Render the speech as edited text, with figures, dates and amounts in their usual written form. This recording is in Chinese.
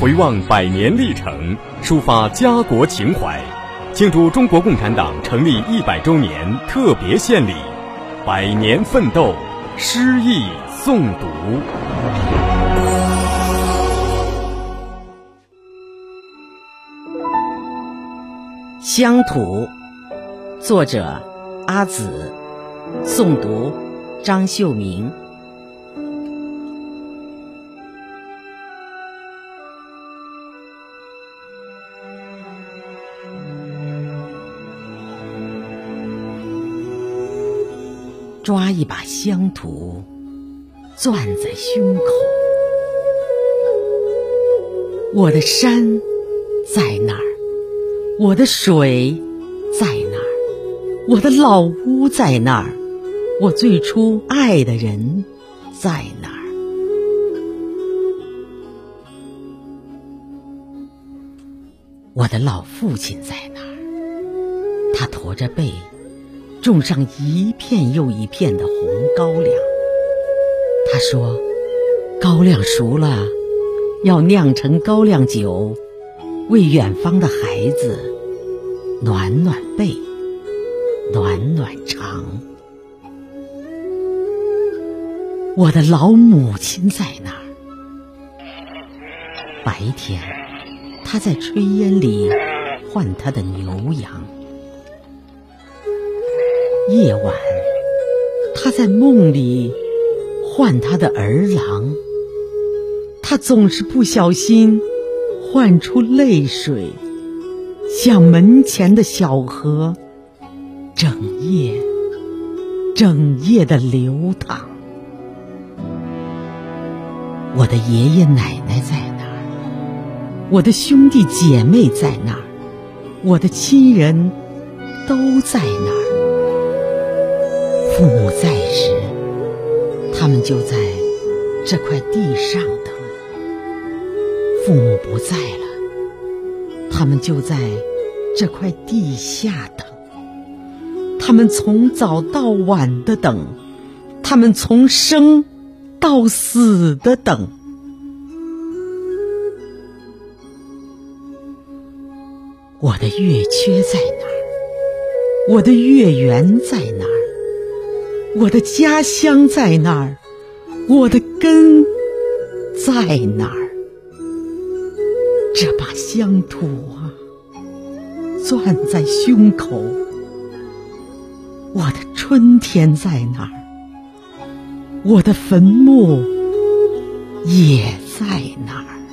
回望100年历程，抒发家国情怀，庆祝中国共产党成立100周年特别献礼，100年奋斗，诗意诵读。 乡土，作者阿紫，诵读张秀明。抓一把乡土，攥在胸口。我的山在那儿，我的水在那儿，我的老屋在那儿，我最初爱的人在那儿。我的老父亲在那儿，他驼着背，种上一片又一片的红高粱。他说，高粱熟了，要酿成高粱酒，为远方的孩子暖暖背，暖暖肠。我的老母亲在那儿，白天她在炊烟里唤她的牛羊，夜晚她在梦里唤她的儿郎。她总是不小心唤出泪水，向门前的小河整夜地流淌。我的爷爷奶奶在那儿，我的兄弟姐妹在那儿，我的亲人都在那儿。父母在时，他们就在这块地上等；父母不在了，他们就在这块地下等。他们从早到晚的等，他们从生到死的等。我的月缺在哪儿？我的月圆在哪儿？我的家乡在哪儿？我的根在哪儿？这把乡土啊，攥在胸口。我的春天在哪儿？我的坟墓也在哪儿？